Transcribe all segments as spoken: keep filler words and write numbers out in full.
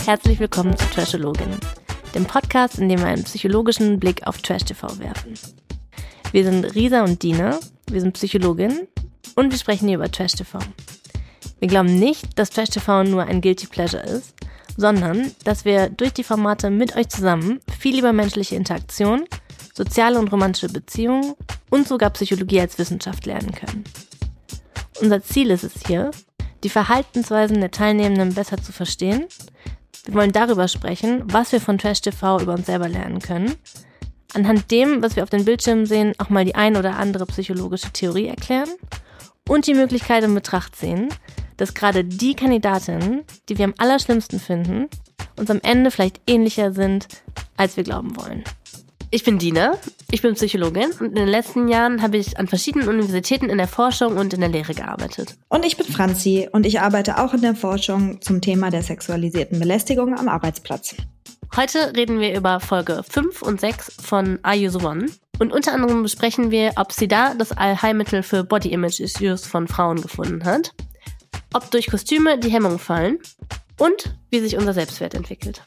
Herzlich willkommen zu Trashologinnen, dem Podcast, in dem wir einen psychologischen Blick auf Trash-T V werfen. Wir sind Risa und Dina, wir sind Psychologinnen und wir sprechen hier über Trash-T V. Wir glauben nicht, dass Trash-T V nur ein Guilty Pleasure ist, sondern dass wir durch die Formate mit euch zusammen viel über menschliche Interaktion, soziale und romantische Beziehungen und sogar Psychologie als Wissenschaft lernen können. Unser Ziel ist es hier, die Verhaltensweisen der Teilnehmenden besser zu verstehen. Wir wollen darüber sprechen, was wir von Trash-T V über uns selber lernen können. Anhand dem, was wir auf den Bildschirmen sehen, auch mal die ein oder andere psychologische Theorie erklären und die Möglichkeit in Betracht ziehen, dass gerade die Kandidatinnen, die wir am allerschlimmsten finden, uns am Ende vielleicht ähnlicher sind, als wir glauben wollen. Ich bin Dina, ich bin Psychologin und in den letzten Jahren habe ich an verschiedenen Universitäten in der Forschung und in der Lehre gearbeitet. Und ich bin Franzi und ich arbeite auch in der Forschung zum Thema der sexualisierten Belästigung am Arbeitsplatz. Heute reden wir über Folge fünf und sechs von Are You the One? Und unter anderem besprechen wir, ob sie da das Allheilmittel für Body-Image-Issues von Frauen gefunden hat, ob durch Kostüme die Hemmungen fallen und wie sich unser Selbstwert entwickelt.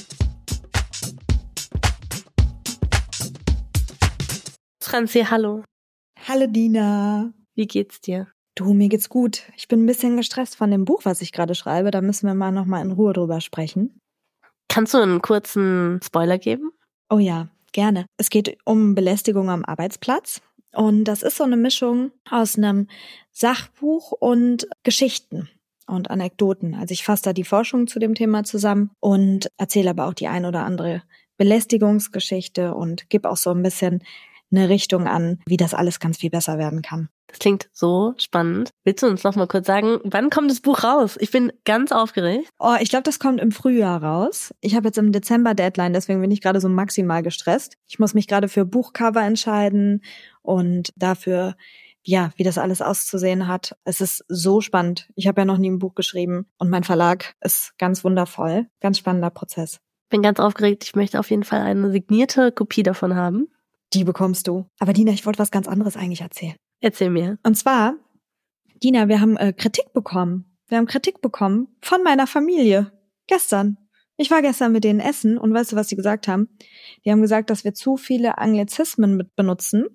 Franzi, hallo. Hallo Dina. Wie geht's dir? Du, mir geht's gut. Ich bin ein bisschen gestresst von dem Buch, was ich gerade schreibe. Da müssen wir mal nochmal in Ruhe drüber sprechen. Kannst du einen kurzen Spoiler geben? Oh ja, gerne. Es geht um Belästigung am Arbeitsplatz. Und das ist so eine Mischung aus einem Sachbuch und Geschichten und Anekdoten. Also ich fasse da die Forschung zu dem Thema zusammen und erzähle aber auch die ein oder andere Belästigungsgeschichte und gebe auch so ein bisschen eine Richtung an, wie das alles ganz viel besser werden kann. Das klingt so spannend. Willst du uns noch mal kurz sagen, wann kommt das Buch raus? Ich bin ganz aufgeregt. Oh, ich glaube, das kommt im Frühjahr raus. Ich habe jetzt im Dezember Deadline, deswegen bin ich gerade so maximal gestresst. Ich muss mich gerade für Buchcover entscheiden und dafür, ja, wie das alles auszusehen hat. Es ist so spannend. Ich habe ja noch nie ein Buch geschrieben und mein Verlag ist ganz wundervoll. Ganz spannender Prozess. Ich bin ganz aufgeregt. Ich möchte auf jeden Fall eine signierte Kopie davon haben. Die bekommst du. Aber Dina, ich wollte was ganz anderes eigentlich erzählen. Erzähl mir. Und zwar, Dina, wir haben äh, Kritik bekommen. Wir haben Kritik bekommen von meiner Familie. Gestern. Ich war gestern mit denen essen und weißt du, was sie gesagt haben? Die haben gesagt, dass wir zu viele Anglizismen mit benutzen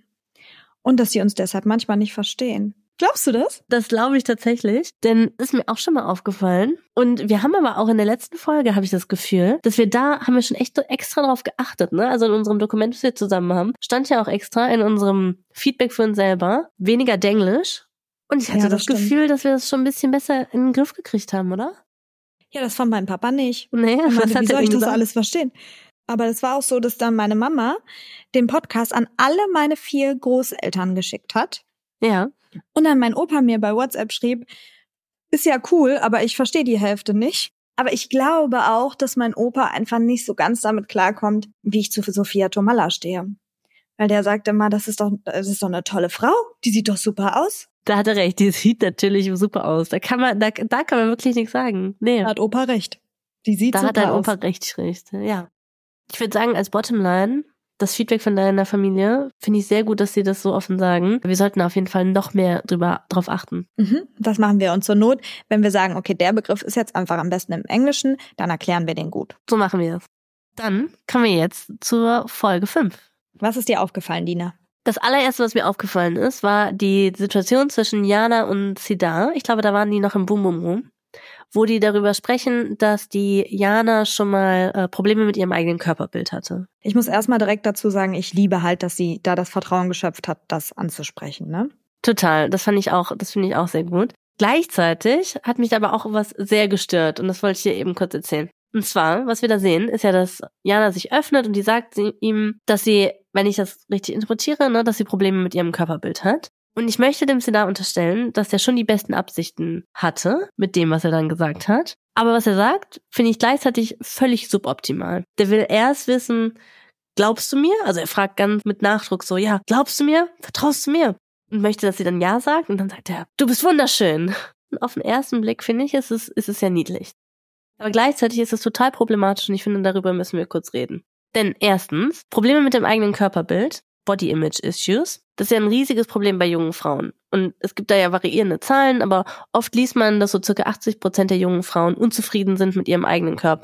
und dass sie uns deshalb manchmal nicht verstehen. Glaubst du das? Das glaube ich tatsächlich, denn ist mir auch schon mal aufgefallen. Und wir haben aber auch in der letzten Folge, habe ich das Gefühl, dass wir da, haben wir schon echt so extra drauf geachtet, ne? Also in unserem Dokument, das wir zusammen haben, stand ja auch extra in unserem Feedback für uns selber, weniger Denglisch. Und ich hatte Ja, das, das Gefühl, dass wir das schon ein bisschen besser in den Griff gekriegt haben, oder? Ja, das fand mein Papa nicht. Nee, er meinte, was hat wie soll er ich denn das gesagt? alles verstehen? Aber es war auch so, dass dann meine Mama den Podcast an alle meine vier Großeltern geschickt hat. Ja. Und dann mein Opa mir bei WhatsApp schrieb, ist ja cool, aber ich verstehe die Hälfte nicht. Aber ich glaube auch, dass mein Opa einfach nicht so ganz damit klarkommt, wie ich zu Sophia Tomalla stehe. Weil der sagt immer, das ist doch, das ist doch eine tolle Frau, die sieht doch super aus. Da hat er recht, die sieht natürlich super aus. Da kann man, da, da kann man wirklich nichts sagen. Nee. Da hat Opa recht. Die sieht Da super hat dein aus. Opa recht, recht. Ja. Ich würde sagen, als Bottomline, das Feedback von deiner Familie finde ich sehr gut, dass sie das so offen sagen. Wir sollten auf jeden Fall noch mehr drüber drauf achten. Mhm, das machen wir. Und zur Not, wenn wir sagen, okay, der Begriff ist jetzt einfach am besten im Englischen, dann erklären wir den gut. So machen wir es. Dann kommen wir jetzt zur Folge fünf. Was ist dir aufgefallen, Dina? Das allererste, was mir aufgefallen ist, war die Situation zwischen Jana und Sidar. Ich glaube, da waren die noch im Boom Boom Room, wo die darüber sprechen, dass die Jana schon mal äh, Probleme mit ihrem eigenen Körperbild hatte. Ich muss erstmal direkt dazu sagen, ich liebe halt, dass sie da das Vertrauen geschöpft hat, das anzusprechen, ne? Total, das fand ich auch, das finde ich auch sehr gut. Gleichzeitig hat mich aber auch was sehr gestört und das wollte ich dir eben kurz erzählen. Und zwar, was wir da sehen, ist ja, dass Jana sich öffnet und die sagt sie, ihm, dass sie, wenn ich das richtig interpretiere, ne, dass sie Probleme mit ihrem Körperbild hat. Und ich möchte dem Sidar unterstellen, dass er schon die besten Absichten hatte mit dem, was er dann gesagt hat. Aber was er sagt, finde ich gleichzeitig völlig suboptimal. Der will erst wissen, glaubst du mir? Also er fragt ganz mit Nachdruck so, ja, glaubst du mir? Vertraust du mir? Und möchte, dass sie dann ja sagt. Und dann sagt er, du bist wunderschön. Und auf den ersten Blick, finde ich, ist es, ist es ja niedlich. Aber gleichzeitig ist es total problematisch und ich finde, darüber müssen wir kurz reden. Denn erstens, Probleme mit dem eigenen Körperbild, Body Image Issues, das ist ja ein riesiges Problem bei jungen Frauen. Und es gibt da ja variierende Zahlen, aber oft liest man, dass so circa achtzig Prozent der jungen Frauen unzufrieden sind mit ihrem eigenen Körper.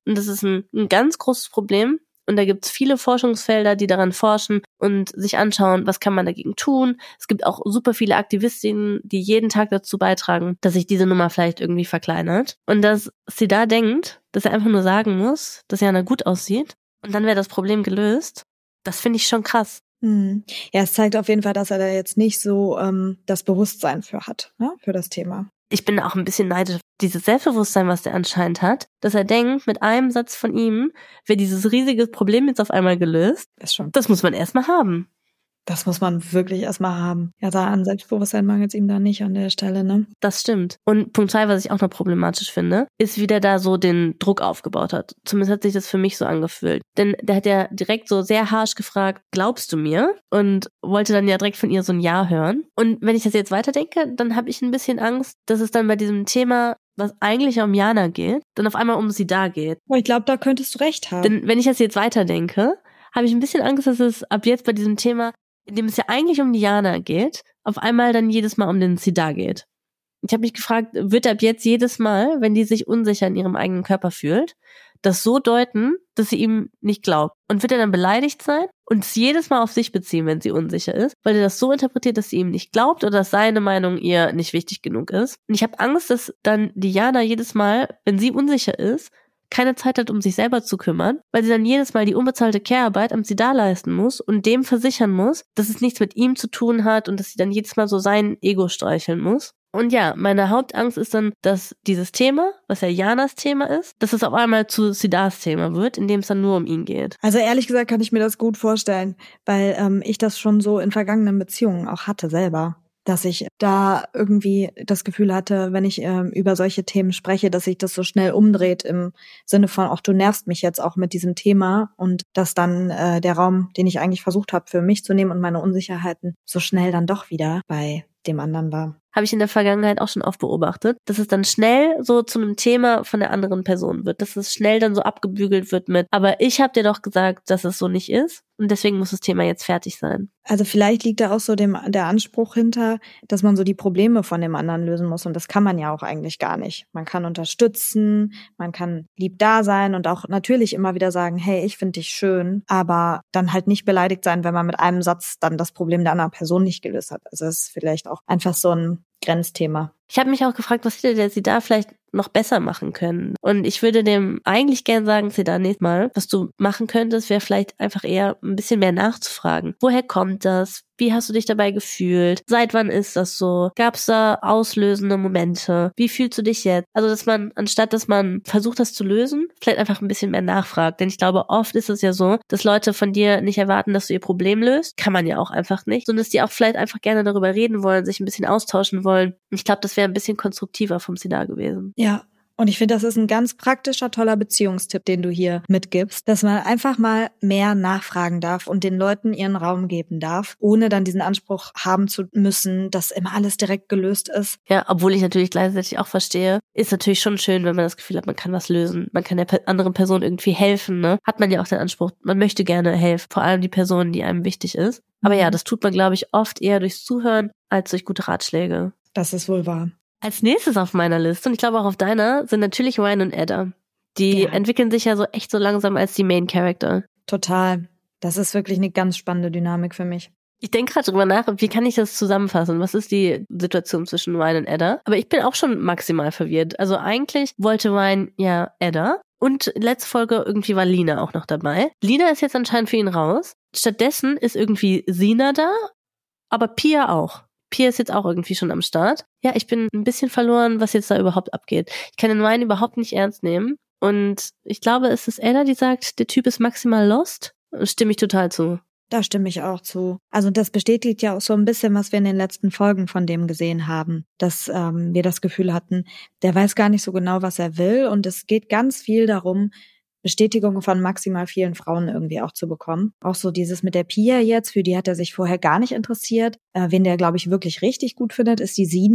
Und das ist ein, ein ganz großes Problem. Und da gibt's viele Forschungsfelder, die daran forschen und sich anschauen, was kann man dagegen tun. Es gibt auch super viele Aktivistinnen, die jeden Tag dazu beitragen, dass sich diese Nummer vielleicht irgendwie verkleinert. Und dass sie da denkt, dass er einfach nur sagen muss, dass Jana gut aussieht und dann wäre das Problem gelöst, das finde ich schon krass. Hm. Ja, es zeigt auf jeden Fall, dass er da jetzt nicht so ähm, das Bewusstsein für hat, ne, für das Thema. Ich bin auch ein bisschen neidisch, dieses Selbstbewusstsein, was der anscheinend hat, dass er denkt, mit einem Satz von ihm wäre dieses riesige Problem jetzt auf einmal gelöst. Ist schon. Das muss man erstmal haben. Das muss man wirklich erstmal haben. Ja, da an Selbstbewusstsein mangelt es ihm da nicht an der Stelle, ne? Das stimmt. Und Punkt zwei, was ich auch noch problematisch finde, ist, wie der da so den Druck aufgebaut hat. Zumindest hat sich das für mich so angefühlt. Denn der hat ja direkt so sehr harsch gefragt, glaubst du mir? Und wollte dann ja direkt von ihr so ein Ja hören. Und wenn ich das jetzt weiterdenke, dann habe ich ein bisschen Angst, dass es dann bei diesem Thema, was eigentlich um Jana geht, dann auf einmal um sie da geht. Aber ich glaube, da könntest du recht haben. Denn wenn ich das jetzt weiterdenke, habe ich ein bisschen Angst, dass es ab jetzt bei diesem Thema, in dem es ja eigentlich um die Jana geht, auf einmal dann jedes Mal um den Sidar geht. Ich habe mich gefragt, wird er ab jetzt jedes Mal, wenn die sich unsicher in ihrem eigenen Körper fühlt, das so deuten, dass sie ihm nicht glaubt? Und wird er dann beleidigt sein und es jedes Mal auf sich beziehen, wenn sie unsicher ist, weil er das so interpretiert, dass sie ihm nicht glaubt oder dass seine Meinung ihr nicht wichtig genug ist? Und ich habe Angst, dass dann die Jana jedes Mal, wenn sie unsicher ist, keine Zeit hat, um sich selber zu kümmern, weil sie dann jedes Mal die unbezahlte Care-Arbeit am Sidar leisten muss und dem versichern muss, dass es nichts mit ihm zu tun hat und dass sie dann jedes Mal so sein Ego streicheln muss. Und ja, meine Hauptangst ist dann, dass dieses Thema, was ja Janas Thema ist, dass es auf einmal zu Sidars Thema wird, in dem es dann nur um ihn geht. Also ehrlich gesagt kann ich mir das gut vorstellen, weil ähm, ich das schon so in vergangenen Beziehungen auch hatte selber. Dass ich da irgendwie das Gefühl hatte, wenn ich ähm, über solche Themen spreche, dass sich das so schnell umdreht im Sinne von, auch du nervst mich jetzt auch mit diesem Thema und dass dann äh, der Raum, den ich eigentlich versucht habe, für mich zu nehmen und meine Unsicherheiten, so schnell dann doch wieder bei dem anderen war. Habe ich in der Vergangenheit auch schon oft beobachtet, dass es dann schnell so zu einem Thema von der anderen Person wird, dass es schnell dann so abgebügelt wird mit, aber ich habe dir doch gesagt, dass es so nicht ist und deswegen muss das Thema jetzt fertig sein. Also vielleicht liegt da auch so dem, der Anspruch hinter, dass man so die Probleme von dem anderen lösen muss und das kann man ja auch eigentlich gar nicht. Man kann unterstützen, man kann lieb da sein und auch natürlich immer wieder sagen, hey, ich finde dich schön, aber dann halt nicht beleidigt sein, wenn man mit einem Satz dann das Problem der anderen Person nicht gelöst hat. Also es ist vielleicht auch einfach so ein Grenzthema. Ich habe mich auch gefragt, was hätte der Sidar vielleicht noch besser machen können. Und ich würde dem eigentlich gern sagen, Sidar, nächstes Mal, was du machen könntest, wäre vielleicht einfach eher ein bisschen mehr nachzufragen. Woher kommt das? Wie hast du dich dabei gefühlt? Seit wann ist das so? Gab es da auslösende Momente? Wie fühlst du dich jetzt? Also, dass man, anstatt dass man versucht, das zu lösen, vielleicht einfach ein bisschen mehr nachfragt. Denn ich glaube, oft ist es ja so, dass Leute von dir nicht erwarten, dass du ihr Problem löst. Kann man ja auch einfach nicht. Sondern dass die auch vielleicht einfach gerne darüber reden wollen, sich ein bisschen austauschen wollen. Ich glaube, das wäre ein bisschen konstruktiver vom Sidar gewesen. Ja. Und ich finde, das ist ein ganz praktischer, toller Beziehungstipp, den du hier mitgibst, dass man einfach mal mehr nachfragen darf und den Leuten ihren Raum geben darf, ohne dann diesen Anspruch haben zu müssen, dass immer alles direkt gelöst ist. Ja, obwohl ich natürlich gleichzeitig auch verstehe, ist natürlich schon schön, wenn man das Gefühl hat, man kann was lösen. Man kann der anderen Person irgendwie helfen, ne? Hat man ja auch den Anspruch, man möchte gerne helfen, vor allem die Person, die einem wichtig ist. Aber ja, das tut man, glaube ich, oft eher durchs Zuhören als durch gute Ratschläge. Das ist wohl wahr. Als nächstes auf meiner Liste, und ich glaube auch auf deiner, sind natürlich Ryan und Edda. Die ja. entwickeln sich ja so echt so langsam als die Main Character. Total. Das ist wirklich eine ganz spannende Dynamik für mich. Ich denke gerade drüber nach, wie kann ich das zusammenfassen? Was ist die Situation zwischen Ryan und Edda? Aber ich bin auch schon maximal verwirrt. Also eigentlich wollte Ryan ja Edda und letzte Folge irgendwie war Lina auch noch dabei. Lina ist jetzt anscheinend für ihn raus. Stattdessen ist irgendwie Sina da, aber Pia auch. Pia ist jetzt auch irgendwie schon am Start. Ja, ich bin ein bisschen verloren, was jetzt da überhaupt abgeht. Ich kann den Ryan überhaupt nicht ernst nehmen. Und ich glaube, es ist Edda, die sagt, der Typ ist maximal lost. Stimme ich total zu. Da stimme ich auch zu. Also das bestätigt ja auch so ein bisschen, was wir in den letzten Folgen von dem gesehen haben. Dass ähm, wir das Gefühl hatten, der weiß gar nicht so genau, was er will. Und es geht ganz viel darum, Bestätigung von maximal vielen Frauen irgendwie auch zu bekommen. Auch so dieses mit der Pia jetzt, für die hat er sich vorher gar nicht interessiert. Äh, wen der, glaube ich, wirklich richtig gut findet, ist die Sina.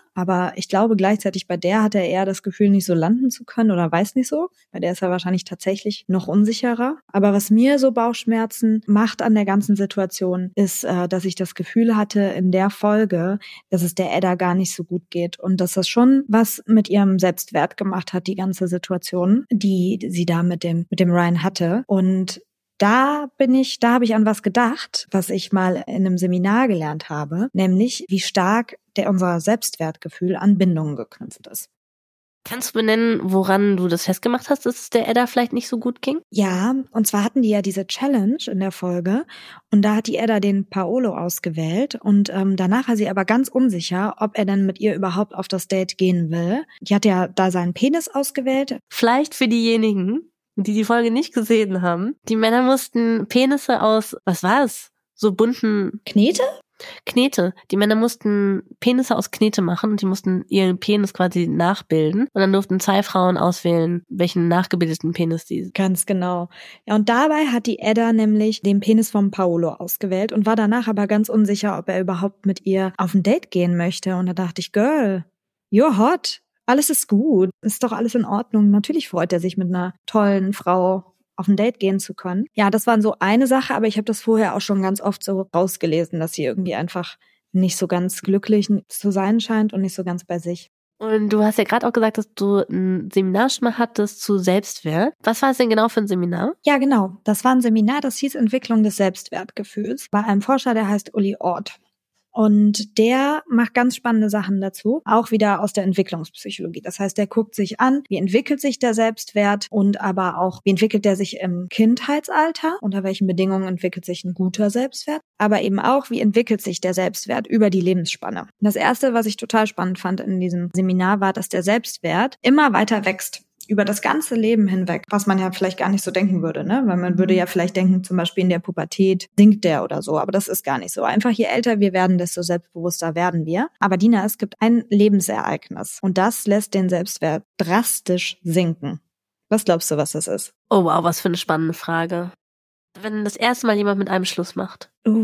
aber ich glaube gleichzeitig bei der hat er eher das Gefühl, nicht so landen zu können oder weiß nicht so. Bei der ist er wahrscheinlich tatsächlich noch unsicherer. Aber was mir so Bauchschmerzen macht an der ganzen Situation, ist, äh, dass ich das Gefühl hatte in der Folge, dass es der Edda gar nicht so gut geht und dass das schon was mit ihrem Selbstwert gemacht hat, die ganze Situation, die sie da mit dem mit dem Ryan hatte. Und Da bin ich, da habe ich an was gedacht, was ich mal in einem Seminar gelernt habe, nämlich wie stark der unser Selbstwertgefühl an Bindungen geknüpft ist. Kannst du benennen, woran du das festgemacht hast, dass es der Edda vielleicht nicht so gut ging? Ja, und zwar hatten die ja diese Challenge in der Folge und da hat die Edda den Paolo ausgewählt und ähm, danach war sie aber ganz unsicher, ob er denn mit ihr überhaupt auf das Date gehen will. Die hat ja da seinen Penis ausgewählt. Vielleicht für diejenigen, die die Folge nicht gesehen haben. Die Männer mussten Penisse aus, was war es? So bunten Knete? Knete. Die Männer mussten Penisse aus Knete machen und die mussten ihren Penis quasi nachbilden. Und dann durften zwei Frauen auswählen, welchen nachgebildeten Penis die. Ganz genau. Ja, und dabei hat die Edda nämlich den Penis vom Paolo ausgewählt und war danach aber ganz unsicher, ob er überhaupt mit ihr auf ein Date gehen möchte. Und da dachte ich, Girl, you're hot. Alles ist gut. Ist doch alles in Ordnung. Natürlich freut er sich, mit einer tollen Frau auf ein Date gehen zu können. Ja, das war so eine Sache, aber ich habe das vorher auch schon ganz oft so rausgelesen, dass sie irgendwie einfach nicht so ganz glücklich zu sein scheint und nicht so ganz bei sich. Und du hast ja gerade auch gesagt, dass du ein Seminar schon mal hattest zu Selbstwert. Was war es denn genau für ein Seminar? Ja, genau. Das war ein Seminar, das hieß Entwicklung des Selbstwertgefühls bei einem Forscher, der heißt Uli Ort. Und der macht ganz spannende Sachen dazu, auch wieder aus der Entwicklungspsychologie. Das heißt, der guckt sich an, wie entwickelt sich der Selbstwert und aber auch, wie entwickelt der sich im Kindheitsalter, unter welchen Bedingungen entwickelt sich ein guter Selbstwert, aber eben auch, wie entwickelt sich der Selbstwert über die Lebensspanne. Das Erste, was ich total spannend fand in diesem Seminar, war, dass der Selbstwert immer weiter wächst. Über das ganze Leben hinweg, was man ja vielleicht gar nicht so denken würde, ne? Weil man würde ja vielleicht denken, zum Beispiel in der Pubertät sinkt der oder so, aber das ist gar nicht so. Einfach je älter wir werden, desto selbstbewusster werden wir. Aber Dina, es gibt ein Lebensereignis und das lässt den Selbstwert drastisch sinken. Was glaubst du, was das ist? Oh wow, was für eine spannende Frage. Wenn das erste Mal jemand mit einem Schluss macht. Uh.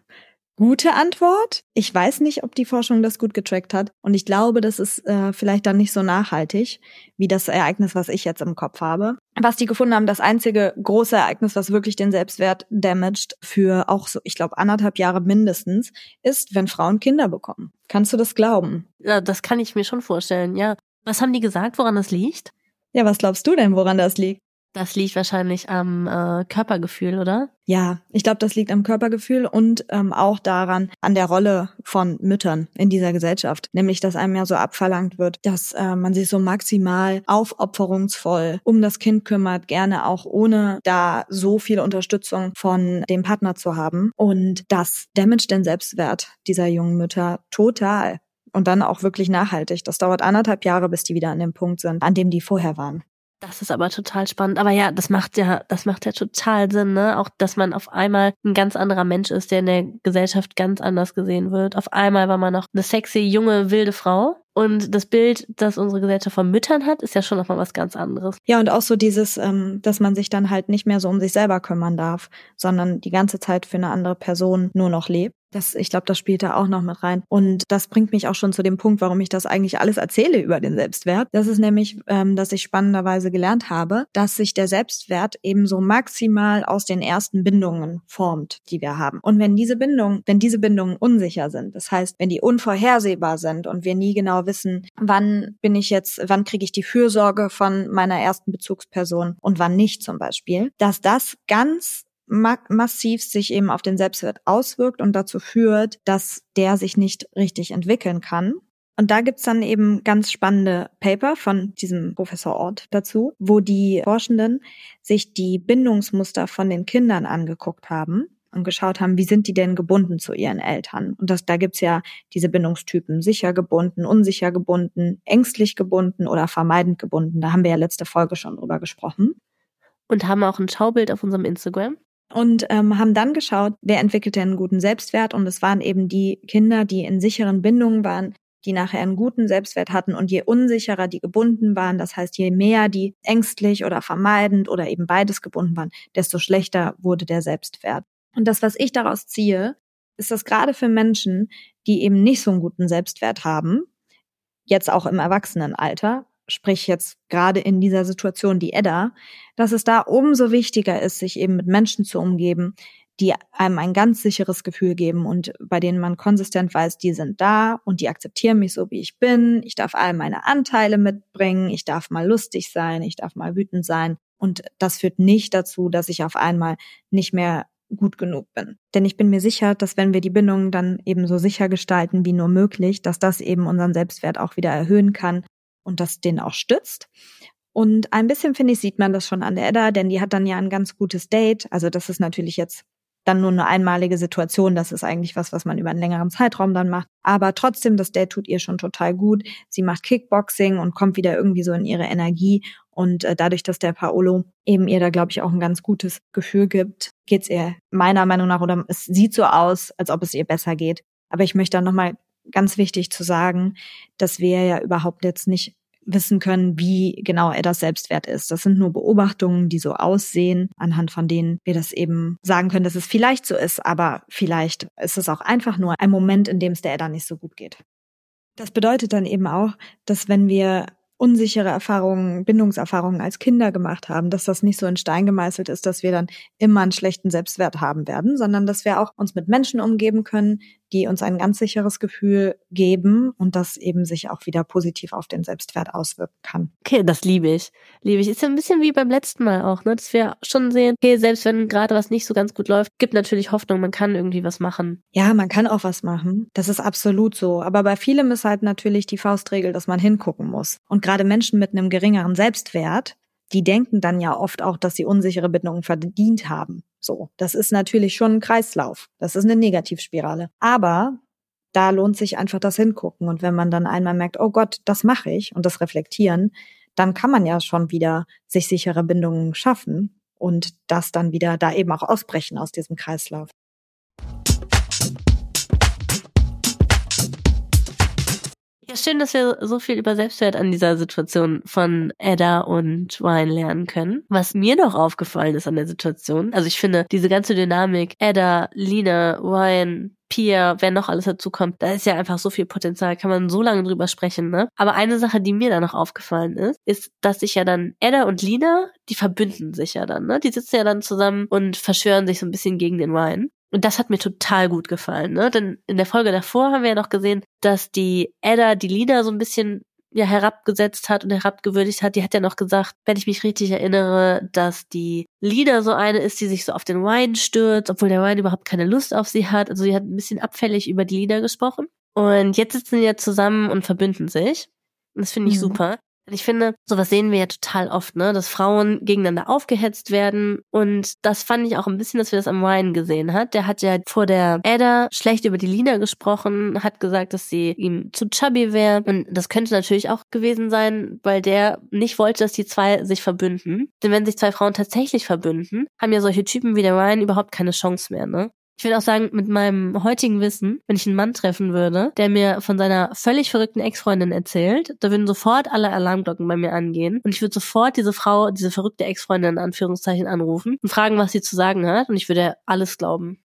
Gute Antwort. Ich weiß nicht, ob die Forschung das gut getrackt hat. Und ich glaube, das ist äh, vielleicht dann nicht so nachhaltig, wie das Ereignis, was ich jetzt im Kopf habe. Was die gefunden haben, das einzige große Ereignis, was wirklich den Selbstwert damaged für auch so, ich glaube, anderthalb Jahre mindestens, ist, wenn Frauen Kinder bekommen. Kannst du das glauben? Ja, das kann ich mir schon vorstellen, ja. Was haben die gesagt, woran das liegt? Ja, was glaubst du denn, woran das liegt? Das liegt wahrscheinlich am äh, Körpergefühl, oder? Ja, ich glaube, das liegt am Körpergefühl und ähm, auch daran, an der Rolle von Müttern in dieser Gesellschaft. Nämlich, dass einem ja so abverlangt wird, dass äh, man sich so maximal aufopferungsvoll um das Kind kümmert, gerne auch ohne da so viel Unterstützung von dem Partner zu haben. Und das damagt den Selbstwert dieser jungen Mütter total. Und dann auch wirklich nachhaltig. Das dauert anderthalb Jahre, bis die wieder an dem Punkt sind, an dem die vorher waren. Das ist aber total spannend. Aber ja, das macht ja, das macht ja total Sinn, ne? Auch, dass man auf einmal ein ganz anderer Mensch ist, der in der Gesellschaft ganz anders gesehen wird. Auf einmal war man noch eine sexy, junge, wilde Frau. Und das Bild, das unsere Gesellschaft von Müttern hat, ist ja schon nochmal was ganz anderes. Ja, und auch so dieses, ähm, dass man sich dann halt nicht mehr so um sich selber kümmern darf, sondern die ganze Zeit für eine andere Person nur noch lebt. Das, ich glaube, das spielt da auch noch mit rein. Und das bringt mich auch schon zu dem Punkt, warum ich das eigentlich alles erzähle über den Selbstwert. Das ist nämlich, ähm, dass ich spannenderweise gelernt habe, dass sich der Selbstwert eben so maximal aus den ersten Bindungen formt, die wir haben. Und wenn diese Bindungen, wenn diese Bindungen unsicher sind, das heißt, wenn die unvorhersehbar sind und wir nie genau wissen, wann bin ich jetzt, wann kriege ich die Fürsorge von meiner ersten Bezugsperson und wann nicht zum Beispiel, dass das ganz massiv sich eben auf den Selbstwert auswirkt und dazu führt, dass der sich nicht richtig entwickeln kann. Und da gibt's dann eben ganz spannende Paper von diesem Professor Ort dazu, wo die Forschenden sich die Bindungsmuster von den Kindern angeguckt haben und geschaut haben, wie sind die denn gebunden zu ihren Eltern. Und das, da gibt's ja diese Bindungstypen, sicher gebunden, unsicher gebunden, ängstlich gebunden oder vermeidend gebunden. Da haben wir ja letzte Folge schon drüber gesprochen. Und haben auch ein Schaubild auf unserem Instagram. Und ähm, haben dann geschaut, wer entwickelt denn einen guten Selbstwert. Und es waren eben die Kinder, die in sicheren Bindungen waren, die nachher einen guten Selbstwert hatten. Und je unsicherer die gebunden waren, das heißt, je mehr die ängstlich oder vermeidend oder eben beides gebunden waren, desto schlechter wurde der Selbstwert. Und das, was ich daraus ziehe, ist, dass gerade für Menschen, die eben nicht so einen guten Selbstwert haben, jetzt auch im Erwachsenenalter, sprich jetzt gerade in dieser Situation die Edda, dass es da umso wichtiger ist, sich eben mit Menschen zu umgeben, die einem ein ganz sicheres Gefühl geben und bei denen man konsistent weiß, die sind da und die akzeptieren mich so, wie ich bin. Ich darf all meine Anteile mitbringen, ich darf mal lustig sein, ich darf mal wütend sein. Und das führt nicht dazu, dass ich auf einmal nicht mehr gut genug bin. Denn ich bin mir sicher, dass wenn wir die Bindung dann eben so sicher gestalten wie nur möglich, dass das eben unseren Selbstwert auch wieder erhöhen kann und das den auch stützt. Und ein bisschen, finde ich, sieht man das schon an der Edda, denn die hat dann ja ein ganz gutes Date. Also das ist natürlich jetzt dann nur eine einmalige Situation. Das ist eigentlich was, was man über einen längeren Zeitraum dann macht. Aber trotzdem, das Date tut ihr schon total gut. Sie macht Kickboxing und kommt wieder irgendwie so in ihre Energie. Und äh, dadurch, dass der Paolo eben ihr da, glaube ich, auch ein ganz gutes Gefühl gibt, geht's ihr meiner Meinung nach, oder es sieht so aus, als ob es ihr besser geht. Aber ich möchte dann nochmal ganz wichtig zu sagen, dass wir ja überhaupt jetzt nicht wissen können, wie genau Eddas Selbstwert ist. Das sind nur Beobachtungen, die so aussehen, anhand von denen wir das eben sagen können, dass es vielleicht so ist, aber vielleicht ist es auch einfach nur ein Moment, in dem es der Edda nicht so gut geht. Das bedeutet dann eben auch, dass wenn wir unsichere Erfahrungen, Bindungserfahrungen als Kinder gemacht haben, dass das nicht so in Stein gemeißelt ist, dass wir dann immer einen schlechten Selbstwert haben werden, sondern dass wir auch uns mit Menschen umgeben können, die uns ein ganz sicheres Gefühl geben und das eben sich auch wieder positiv auf den Selbstwert auswirken kann. Okay, das liebe ich. Liebe ich. Ist ja ein bisschen wie beim letzten Mal auch, ne? Dass wir schon sehen, okay, selbst wenn gerade was nicht so ganz gut läuft, gibt natürlich Hoffnung, man kann irgendwie was machen. Ja, man kann auch was machen. Das ist absolut so. Aber bei vielem ist halt natürlich die Faustregel, dass man hingucken muss. Und gerade Menschen mit einem geringeren Selbstwert, die denken dann ja oft auch, dass sie unsichere Bindungen verdient haben. So, das ist natürlich schon ein Kreislauf. Das ist eine Negativspirale. Aber da lohnt sich einfach das Hingucken. Und wenn man dann einmal merkt, oh Gott, das mache ich und das Reflektieren, dann kann man ja schon wieder sich sichere Bindungen schaffen und das dann wieder da eben auch ausbrechen aus diesem Kreislauf. Ja, schön, dass wir so viel über Selbstwert an dieser Situation von Edda und Ryan lernen können. Was mir noch aufgefallen ist an der Situation, also ich finde, diese ganze Dynamik, Edda, Lina, Ryan, Pia, wer noch alles dazu kommt, da ist ja einfach so viel Potenzial, kann man so lange drüber sprechen, ne? Aber eine Sache, die mir da noch aufgefallen ist, ist, dass sich ja dann Edda und Lina, die verbünden sich ja dann, ne? Die sitzen ja dann zusammen und verschwören sich so ein bisschen gegen den Ryan. Und das hat mir total gut gefallen, ne? Denn in der Folge davor haben wir ja noch gesehen, dass die Edda die Lina so ein bisschen ja herabgesetzt hat und herabgewürdigt hat. Die hat ja noch gesagt, wenn ich mich richtig erinnere, dass die Lina so eine ist, die sich so auf den Ryan stürzt, obwohl der Ryan überhaupt keine Lust auf sie hat. Also sie hat ein bisschen abfällig über die Lina gesprochen. Und jetzt sitzen sie ja zusammen und verbünden sich. Und das finde ich mhm. super. Und ich finde, sowas sehen wir ja total oft, ne, dass Frauen gegeneinander aufgehetzt werden. Und das fand ich auch ein bisschen, dass wir das am Ryan gesehen hat. Der hat ja vor der Edda schlecht über die Lina gesprochen, hat gesagt, dass sie ihm zu chubby wäre. Und das könnte natürlich auch gewesen sein, weil der nicht wollte, dass die zwei sich verbünden. Denn wenn sich zwei Frauen tatsächlich verbünden, haben ja solche Typen wie der Ryan überhaupt keine Chance mehr, ne? Ich würde auch sagen, mit meinem heutigen Wissen, wenn ich einen Mann treffen würde, der mir von seiner völlig verrückten Ex-Freundin erzählt, da würden sofort alle Alarmglocken bei mir angehen und ich würde sofort diese Frau, diese verrückte Ex-Freundin in Anführungszeichen anrufen und fragen, was sie zu sagen hat und ich würde alles glauben.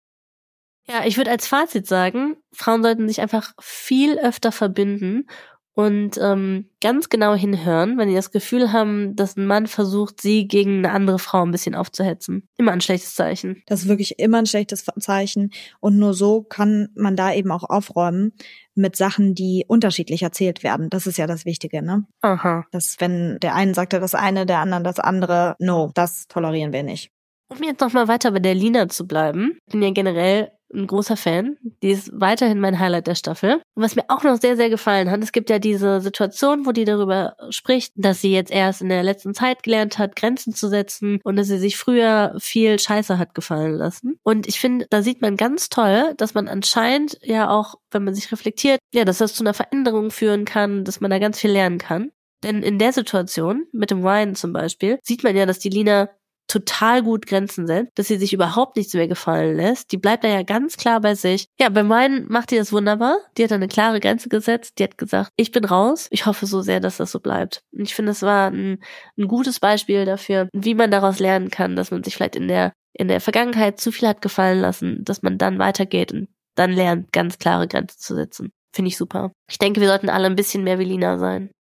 Ja, ich würde als Fazit sagen, Frauen sollten sich einfach viel öfter verbinden und ähm, ganz genau hinhören, wenn die das Gefühl haben, dass ein Mann versucht, sie gegen eine andere Frau ein bisschen aufzuhetzen. Immer ein schlechtes Zeichen. Das ist wirklich immer ein schlechtes Zeichen. Und nur so kann man da eben auch aufräumen mit Sachen, die unterschiedlich erzählt werden. Das ist ja das Wichtige, ne? Aha. Dass wenn der eine sagt das eine, der andere das andere, no, das tolerieren wir nicht. Um jetzt nochmal weiter bei der Lina zu bleiben, ich bin ja generell ein großer Fan. Die ist weiterhin mein Highlight der Staffel. Und was mir auch noch sehr, sehr gefallen hat, es gibt ja diese Situation, wo die darüber spricht, dass sie jetzt erst in der letzten Zeit gelernt hat, Grenzen zu setzen und dass sie sich früher viel Scheiße hat gefallen lassen. Und ich finde, da sieht man ganz toll, dass man anscheinend ja auch, wenn man sich reflektiert, ja, dass das zu einer Veränderung führen kann, dass man da ganz viel lernen kann. Denn in der Situation, mit dem Ryan zum Beispiel, sieht man ja, dass die Lina total gut Grenzen setzt, dass sie sich überhaupt nichts mehr gefallen lässt. Die bleibt da ja ganz klar bei sich. Ja, bei Ryan macht die das wunderbar. Die hat da eine klare Grenze gesetzt. Die hat gesagt, ich bin raus. Ich hoffe so sehr, dass das so bleibt. Und ich finde, es war ein, ein gutes Beispiel dafür, wie man daraus lernen kann, dass man sich vielleicht in der in der Vergangenheit zu viel hat gefallen lassen, dass man dann weitergeht und dann lernt, ganz klare Grenzen zu setzen. Finde ich super. Ich denke, wir sollten alle ein bisschen mehr wie Lina sein.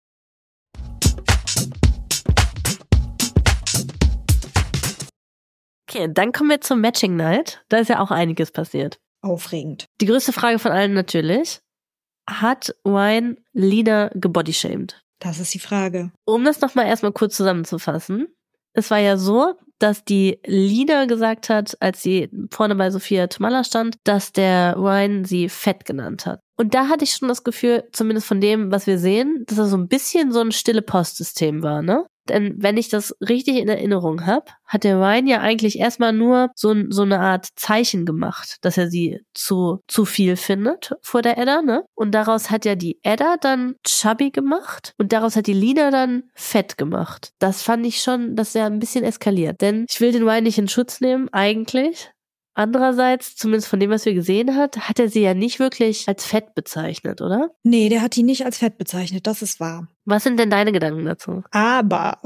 Okay, dann kommen wir zum Matching Night. Da ist ja auch einiges passiert. Aufregend. Die größte Frage von allen natürlich: Hat Ryan Lina gebodyshamed? Das ist die Frage. Um das nochmal erstmal kurz zusammenzufassen. Es war ja so, dass die Lina gesagt hat, als sie vorne bei Sophia Tomalla stand, dass der Ryan sie fett genannt hat. Und da hatte ich schon das Gefühl, zumindest von dem, was wir sehen, dass er so ein bisschen so ein stille Postsystem war, ne? Denn wenn ich das richtig in Erinnerung habe, hat der Ryan ja eigentlich erstmal nur so, so eine Art Zeichen gemacht, dass er sie zu zu viel findet vor der Edda, ne? Und daraus hat ja die Edda dann chubby gemacht und daraus hat die Lina dann fett gemacht. Das fand ich schon, dass er ein bisschen eskaliert. Denn ich will den Ryan nicht in Schutz nehmen, eigentlich. Andererseits, zumindest von dem, was wir gesehen hat, hat er sie ja nicht wirklich als fett bezeichnet, oder? Nee, der hat die nicht als fett bezeichnet, das ist wahr. Was sind denn deine Gedanken dazu? Aber,